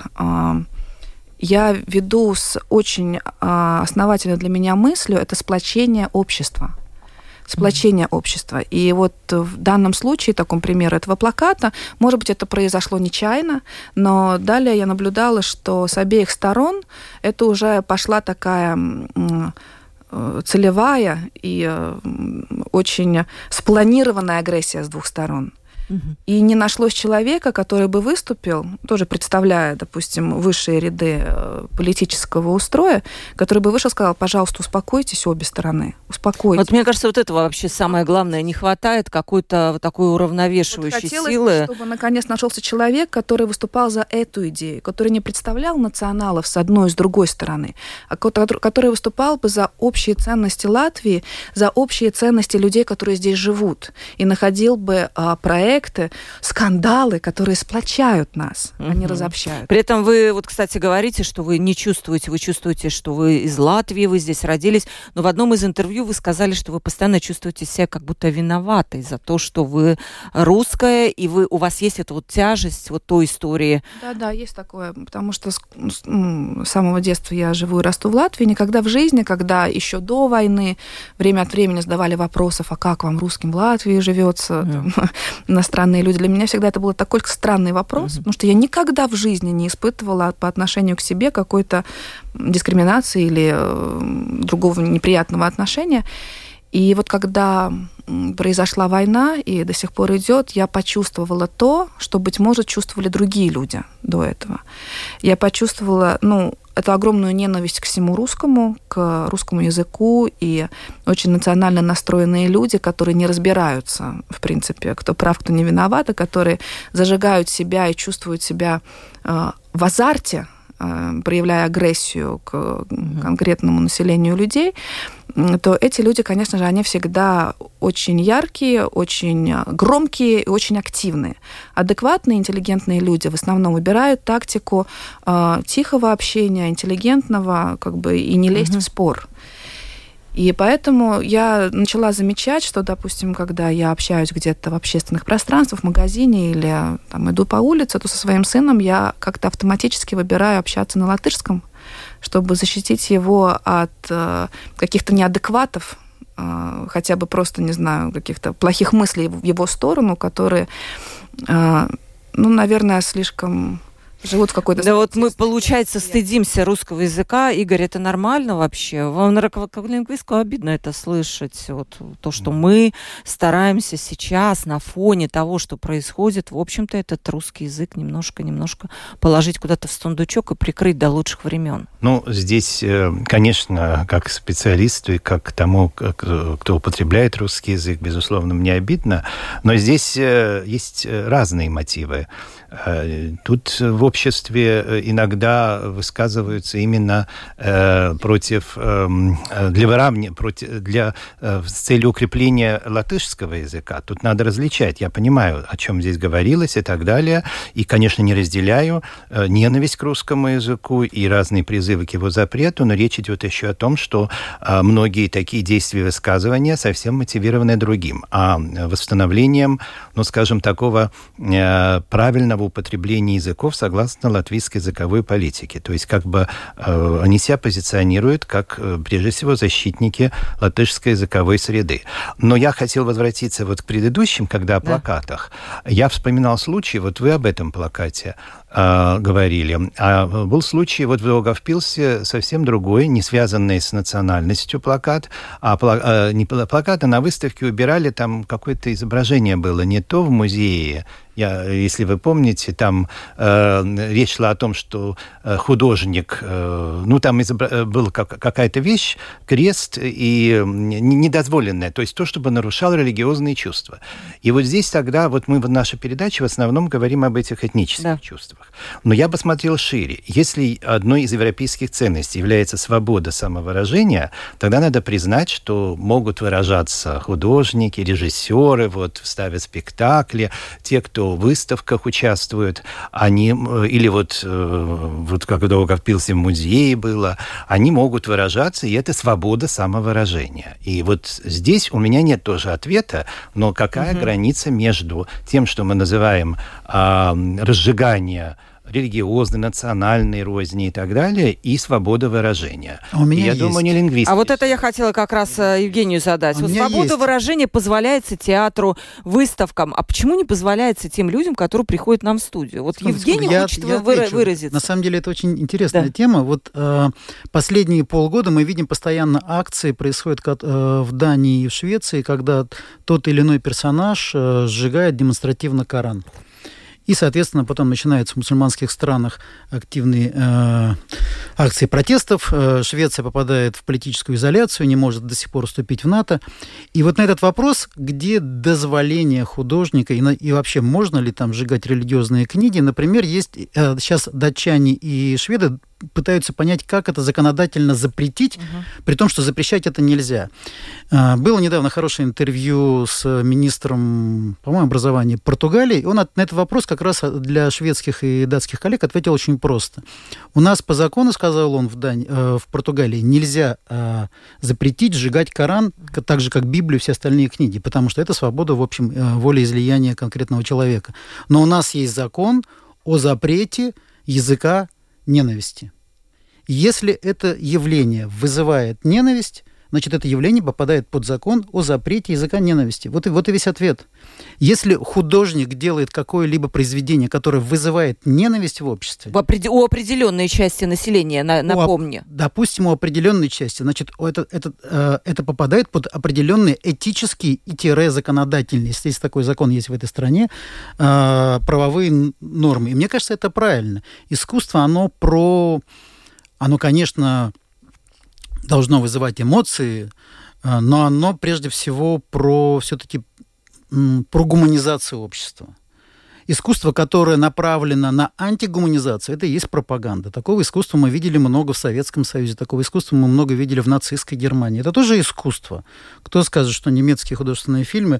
я веду с очень а, основательной для меня мыслью, это сплочение общества. Сплочение mm-hmm. общества. И вот в данном случае, таком примере этого плаката, может быть, это произошло нечаянно, но далее я наблюдала, что с обеих сторон это уже пошла такая м, целевая и м, очень спланированная агрессия с двух сторон. И не нашлось человека, который бы выступил, тоже представляя, допустим, высшие ряды политического устроя, который бы вышел и сказал: пожалуйста, успокойтесь обе стороны, успокойтесь. Вот мне кажется, вот этого вообще самое главное. Не хватает какой-то вот такой уравновешивающей вот хотелось силы. Хотелось, чтобы наконец нашелся человек, который выступал за эту идею, который не представлял националов с одной и с другой стороны, а который выступал бы за общие ценности Латвии, за общие ценности людей, которые здесь живут, и находил бы а, проект, скандалы, которые сплочают нас, угу. а не разобщают. При этом вы, вот, кстати, говорите, что вы не чувствуете, вы чувствуете, что вы из Латвии, вы здесь родились, но в одном из интервью вы сказали, что вы постоянно чувствуете себя как будто виноватой за то, что вы русская, и вы, у вас есть эта вот тяжесть вот той истории. Да-да, есть такое, потому что с, с самого детства я живу и расту в Латвии, никогда в жизни, когда еще до войны время от времени задавали вопросов, а как вам, русским, в Латвии живется, mm. там, иностранные люди. Для меня всегда это был такой странный вопрос, mm-hmm. потому что я никогда в жизни не испытывала по отношению к себе какой-то дискриминации или э, другого неприятного отношения. И вот когда произошла война, и до сих пор идет, я почувствовала то, что, быть может, чувствовали другие люди до этого. Я почувствовала, ну, эту огромную ненависть к всему русскому, к русскому языку, и очень национально настроенные люди, которые не разбираются, в принципе, кто прав, кто не виноват, а которые зажигают себя и чувствуют себя э, в азарте, э, проявляя агрессию к конкретному населению людей, то эти люди, конечно же, они всегда очень яркие, очень громкие и очень активные. Адекватные, интеллигентные люди в основном выбирают тактику э, тихого общения, интеллигентного, как бы, и не лезть mm-hmm. в спор. И поэтому я начала замечать, что, допустим, когда я общаюсь где-то в общественных пространствах, в магазине или там, иду по улице, то со своим сыном я как-то автоматически выбираю общаться на латышском, чтобы защитить его от э, каких-то неадекватов, э, хотя бы просто, не знаю, каких-то плохих мыслей в его сторону, которые, э, ну, наверное, слишком живут в какой-то... Да вот мы, получается, стыдимся русского языка. Игорь, это нормально вообще? Вам, как лингвистку, обидно это слышать. Вот, то, что мы стараемся сейчас на фоне того, что происходит, в общем-то, этот русский язык немножко-немножко положить куда-то в сундучок и прикрыть до лучших времен. Ну, здесь, конечно, как специалисту и как тому, кто употребляет русский язык, безусловно, мне обидно. Но здесь есть разные мотивы. Тут в обществе иногда высказываются именно э, против, э, для выравнивания, против, для, э, с целью укрепления латышского языка. Тут надо различать. Я понимаю, о чем здесь говорилось и так далее. И, конечно, не разделяю э, ненависть к русскому языку и разные призывы к его запрету, но речь идет еще о том, что э, многие такие действия и высказывания совсем мотивированы другим, а восстановлением, ну, скажем, такого э, правильного употребления языков согласно латвийской языковой политике. То есть как бы э, они себя позиционируют как, э, прежде всего, защитники латышской языковой среды. Но я хотел возвратиться вот к предыдущим, когда о да. плакатах. Я вспоминал случай, вот вы об этом плакате э, говорили. А был случай вот в Даугавпилсе совсем другой, не связанный с национальностью плакат, а пла- э, не плакаты на выставке убирали, там какое-то изображение было не то в музее. Я, если вы помните, там э, речь шла о том, что э, художник, э, ну, там изобра- была как, какая-то вещь, крест, и недозволенная, то есть то, чтобы нарушало религиозные чувства. И вот здесь тогда, вот мы в нашей передаче в основном говорим об этих этнических да. чувствах. Но я бы смотрел шире. Если одной из европейских ценностей является свобода самовыражения, тогда надо признать, что могут выражаться художники, режиссеры, вот, ставят спектакли, те, кто в выставках участвуют, они, или вот, вот как в Даугавпилсе в музее было, они могут выражаться, и это свобода самовыражения. И вот здесь у меня нет тоже ответа, но какая угу. граница между тем, что мы называем а, разжигание религиозной, национальной розни и так далее, и свобода выражения. А у меня я есть. думаю, не лингвист. А вот это я хотела как раз Евгению задать. А вот свобода есть. выражения позволяется театру, выставкам. А почему не позволяется тем людям, которые приходят нам в студию? Вот Сколько, Евгений я, хочет я выра- выразиться. На самом деле это очень интересная да. тема. Вот э, последние полгода мы видим постоянно акции, происходят э, в Дании и в Швеции, когда тот или иной персонаж э, сжигает демонстративно Коран. И, соответственно, потом начинаются в мусульманских странах активные э, акции протестов. Э, Швеция попадает в политическую изоляцию, не может до сих пор вступить в НАТО. И вот на этот вопрос, где дозволение художника и, на, и вообще можно ли там сжигать религиозные книги, например, есть э, сейчас датчане и шведы пытаются понять, как это законодательно запретить, uh-huh. при том, что запрещать это нельзя. Было недавно хорошее интервью с министром, по-моему, образования Португалии. Он на этот вопрос как раз для шведских и датских коллег ответил очень просто. У нас по закону, сказал он в, Дани... в Португалии, нельзя запретить сжигать Коран, так же, как Библию и все остальные книги, потому что это свобода, в общем, волеизлияния конкретного человека. Но у нас есть закон о запрете языка ненависти. Если это явление вызывает ненависть, значит, это явление попадает под закон о запрете языка ненависти. Вот и, вот и весь ответ. Если художник делает какое-либо произведение, которое вызывает ненависть в обществе... В опред... У определенной части населения, на... напомню. У, допустим, у определенной части. Значит, это, это, э, это попадает под определенные этические и тире законодательные, если такой закон есть в этой стране, э, правовые нормы. И мне кажется, это правильно. Искусство, оно про... Оно, конечно... должно вызывать эмоции, но оно прежде всего про все-таки про гуманизацию общества. Искусство, которое направлено на антигуманизацию, это и есть пропаганда. Такого искусства мы видели много в Советском Союзе, такого искусства мы много видели в нацистской Германии. Это тоже искусство. Кто скажет, что немецкие художественные фильмы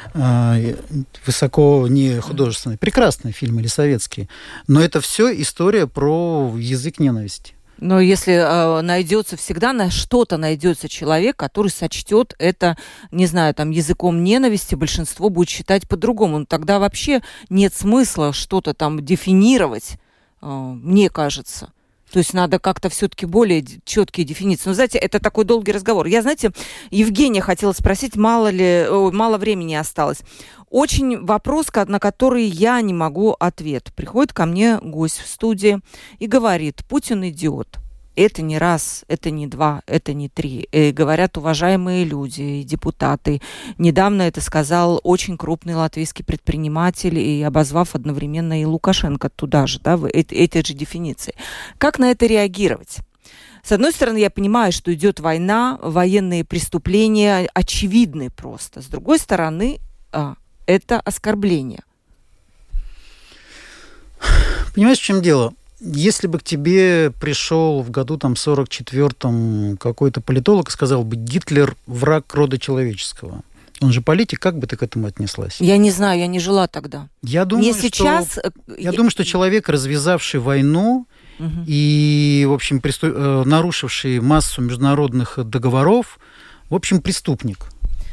э, высоко не художественные, прекрасные фильмы или советские, но это все история про язык ненависти. Но если э, найдется всегда, на что-то найдется человек, который сочтет это, не знаю, там, языком ненависти, большинство будет считать по-другому. Но тогда вообще нет смысла что-то там дефинировать, э, мне кажется. То есть надо как-то все-таки более четкие дефиниции. Но, знаете, это такой долгий разговор. Я, знаете, Евгения хотела спросить, мало ли, о, мало времени осталось. Очень вопрос, на который я не могу ответ. Приходит ко мне гость в студии и говорит: Путин идиот. Это не раз, это не два, это не три. И говорят уважаемые люди и депутаты. Недавно это сказал очень крупный латвийский предприниматель, и обозвав одновременно и Лукашенко туда же, да, эти, эти же дефиниции. Как на это реагировать? С одной стороны, я понимаю, что идет война, военные преступления очевидны просто. С другой стороны, а, это оскорбление. Понимаешь, в чем дело? Если бы к тебе пришел в году там сорок четвёртом какой-то политолог и сказал бы: Гитлер – враг рода человеческого, он же политик, как бы ты к этому отнеслась? Я не знаю, я не жила тогда. Я думаю, Мне что, сейчас... я думаю, что человек, развязавший войну угу. и, в общем, приступ... нарушивший массу международных договоров, в общем, преступник.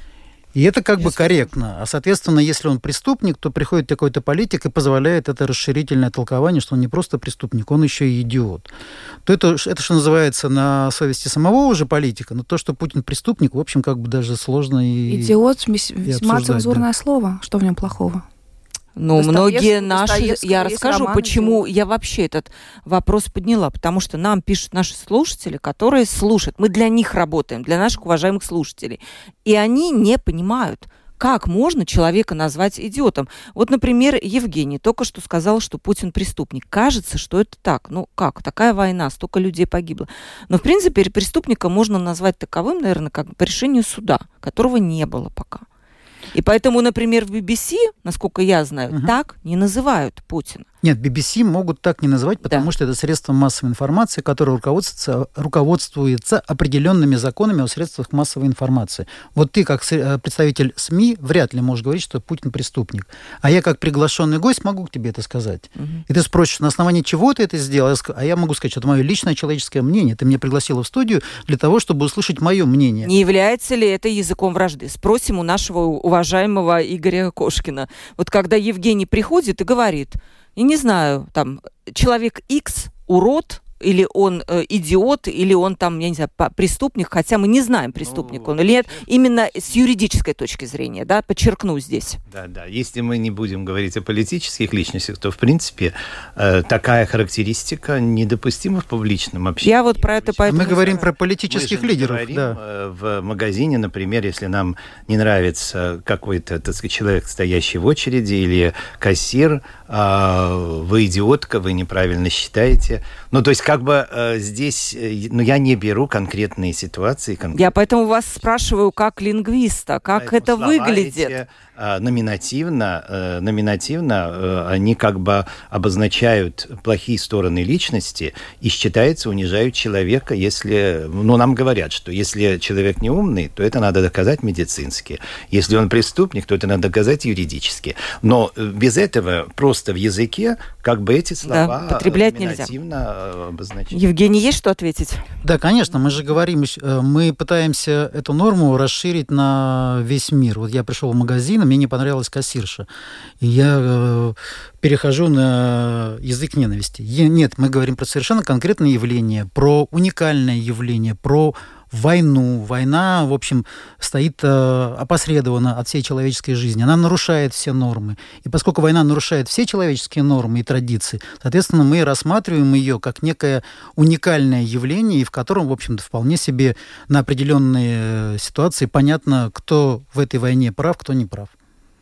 И это как бы корректно. А, соответственно, если он преступник, то приходит какой-то политик и позволяет это расширительное толкование, что он не просто преступник, он еще и идиот. То это, это что называется на совести самого уже политика, но то, что Путин преступник, в общем, как бы даже сложно и Идиот, весьма цензурное да. слово. Что в нем плохого? Ну, многие наши... Я расскажу, почему я вообще этот вопрос подняла. Потому что нам пишут наши слушатели, которые слушают. Мы для них работаем, для наших уважаемых слушателей. И они не понимают, как можно человека назвать идиотом. Вот, например, Евгений только что сказал, что Путин преступник. Кажется, что это так. Ну, как? Такая война, столько людей погибло. Но, в принципе, преступника можно назвать таковым, наверное, как по решению суда, которого не было пока. И поэтому, например, в би би си, насколько я знаю, угу. так не называют Путина. Нет, би би си могут так не называть, потому да. что это средство массовой информации, которое руководствуется, руководствуется определенными законами о средствах массовой информации. Вот ты, как представитель СМИ, вряд ли можешь говорить, что Путин преступник. А я, как приглашенный гость, могу тебе это сказать. Угу. И ты спросишь, на основании чего ты это сделал? А я могу сказать, что это мое личное человеческое мнение. Ты меня пригласила в студию для того, чтобы услышать мое мнение. Не является ли это языком вражды? Спросим у нашего уважаемого Игоря Кошкина. Вот когда Евгений приходит и говорит... Я не знаю, там, человек X урод, или он э, идиот, или он там, я не знаю, преступник, хотя мы не знаем, преступник ну, он или нет, именно с юридической точки зрения, да, подчеркну здесь. Да, да. Если мы не будем говорить о политических личностях, то, в принципе, э, такая характеристика недопустима в публичном общении. Я вот про это поэтому... Мы говорим про политических мы лидеров. Говорим, да. э, в магазине, например, если нам не нравится какой-то, так сказать, человек, стоящий в очереди, или кассир, э, вы идиотка, вы неправильно считаете. Ну, то есть, как бы э, здесь, э, ну, я не беру конкретные ситуации. Конкретные. Я поэтому вас спрашиваю, как лингвиста, как поэтому это выглядит? Эти, э, номинативно, э, номинативно э, они как бы обозначают плохие стороны личности и, считается, унижают человека, если, ну, нам говорят, что если человек не умный, то это надо доказать медицински. Если он преступник, то это надо доказать юридически. Но без этого просто в языке как бы эти слова да, потреблять нельзя. Обозначают. Евгений, есть что ответить? Да, конечно, мы же говорим, мы пытаемся эту норму расширить на весь мир. Вот я пришел в магазин, и мне не понравилась кассирша. И я э, перехожу на язык ненависти. Нет, мы говорим про совершенно конкретное явление, про уникальное явление, про войну. Война, в общем, стоит э, опосредованно от всей человеческой жизни. Она нарушает все нормы. И поскольку война нарушает все человеческие нормы и традиции, соответственно, мы рассматриваем ее как некое уникальное явление, и в котором, в общем-то, вполне себе на определенные ситуации понятно, кто в этой войне прав, кто не прав.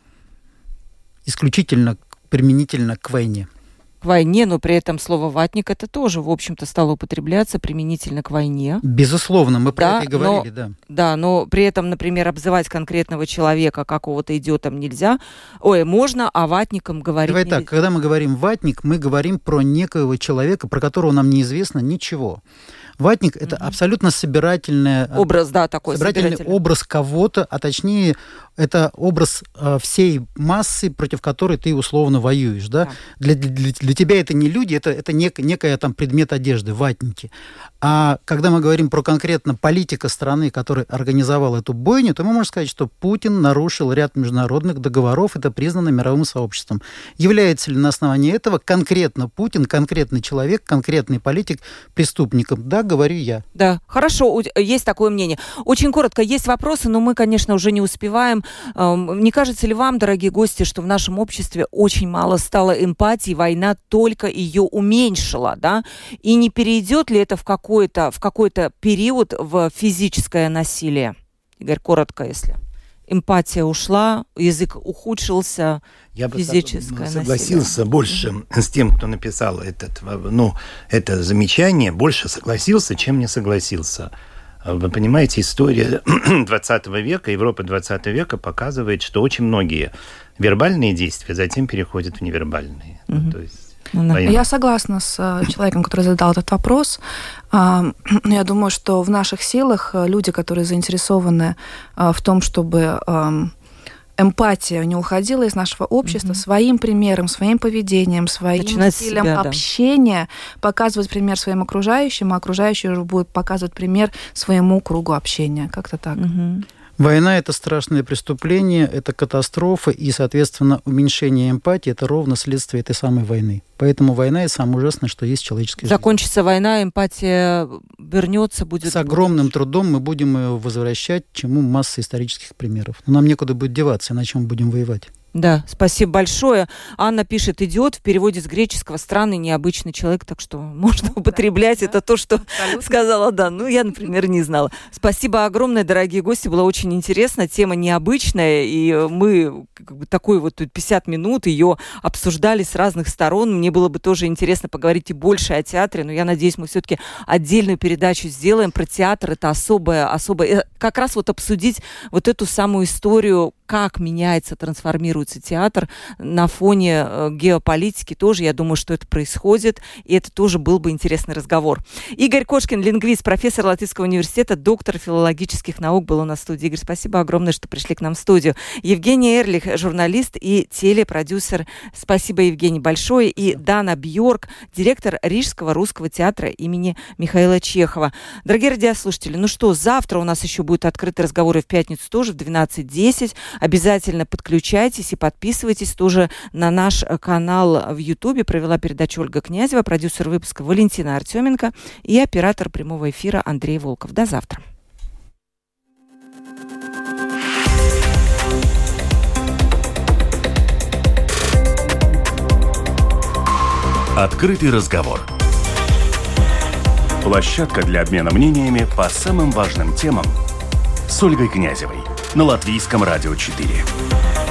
Исключительно применительно к войне. К войне, но при этом слово «ватник» это тоже, в общем-то, стало употребляться применительно к войне. Безусловно, мы про да, это и говорили, но, да. Да, но при этом, например, обзывать конкретного человека какого-то идиотом нельзя. Ой, можно, а ватником говорить Давай нельзя. так, когда мы говорим «ватник», мы говорим про некоего человека, про которого нам неизвестно ничего. Ватник – это mm-hmm. абсолютно собирательный образ, да, такой собирательный образ кого-то, а точнее это образ э, всей массы, против которой ты условно воюешь. Да? Yeah. Для, для, для тебя это не люди, это, это нек, некая там предмет одежды, ватники. А когда мы говорим про конкретно политика страны, которая организовала эту бойню, то мы можем сказать, что Путин нарушил ряд международных договоров, это признано мировым сообществом. Является ли на основании этого конкретно Путин, конкретный человек, конкретный политик преступником? Да, говорю я. Да, хорошо, есть такое мнение. Очень коротко, есть вопросы, но мы, конечно, уже не успеваем. Не кажется ли вам, дорогие гости, что в нашем обществе очень мало стало эмпатии, война только ее уменьшила, да? И не перейдет ли это в какой-то, в какой-то период в физическое насилие? Игорь, коротко, если... Эмпатия ушла, язык ухудшился, я физическое бы согласился насилие. Больше с тем, кто написал этот, ну, это замечание, больше согласился, чем не согласился. Вы понимаете, история двадцатого века, Европы двадцатого века показывает, что очень многие вербальные действия затем переходят в невербальные. Mm-hmm. Ну, то есть... Ну, я согласна с человеком, который задал этот вопрос. Я думаю, что в наших силах люди, которые заинтересованы в том, чтобы эмпатия не уходила из нашего общества, mm-hmm. своим примером, своим поведением, своим Начинать стилем себя, общения, да. показывать пример своим окружающим, а окружающие уже будут показывать пример своему кругу общения. Как-то так. Mm-hmm. Война – это страшное преступление, это катастрофа, и, соответственно, уменьшение эмпатии – это ровно следствие этой самой войны. Поэтому война – это самое ужасное, что есть в человеческой жизни. Закончится война, эмпатия вернется, будет... С огромным трудом мы будем ее возвращать, чему масса исторических примеров. Но нам некуда будет деваться, иначе мы будем воевать. Да, спасибо большое. Анна пишет: идиот в переводе с греческого странный, необычный человек, так что можно ну, употреблять. Да, это да. то, что абсолютно сказала Дан. Ну, я, например, не знала. Спасибо огромное, дорогие гости. Было очень интересно. Тема необычная, и мы как бы, такой вот пятьдесят минут ее обсуждали с разных сторон. Мне было бы тоже интересно поговорить и больше о театре, но я надеюсь, мы все-таки отдельную передачу сделаем про театр. Это особое, особое. Как раз вот обсудить вот эту самую историю, как меняется, трансформируется театр на фоне э, геополитики. Тоже, я думаю, что это происходит, и это тоже был бы интересный разговор. Игорь Кошкин, лингвист, профессор Латвийского университета, доктор филологических наук, был у нас в студии. Игорь, спасибо огромное, что пришли к нам в студию. Евгений Эрлих, журналист и телепродюсер. Спасибо, Евгений, большое. И Дана Бьорк, директор Рижского русского театра имени Михаила Чехова. Дорогие радиослушатели, ну что, завтра у нас еще будет открытый разговор, и в пятницу тоже в двенадцать десять. Обязательно подключайтесь и подписывайтесь тоже на наш канал в Ютубе. Провела передачу Ольга Князева, продюсер выпуска Валентина Артеменко и оператор прямого эфира Андрей Волков. До завтра. Открытый разговор. Площадка для обмена мнениями по самым важным темам с Ольгой Князевой на Латвийском радио четыре.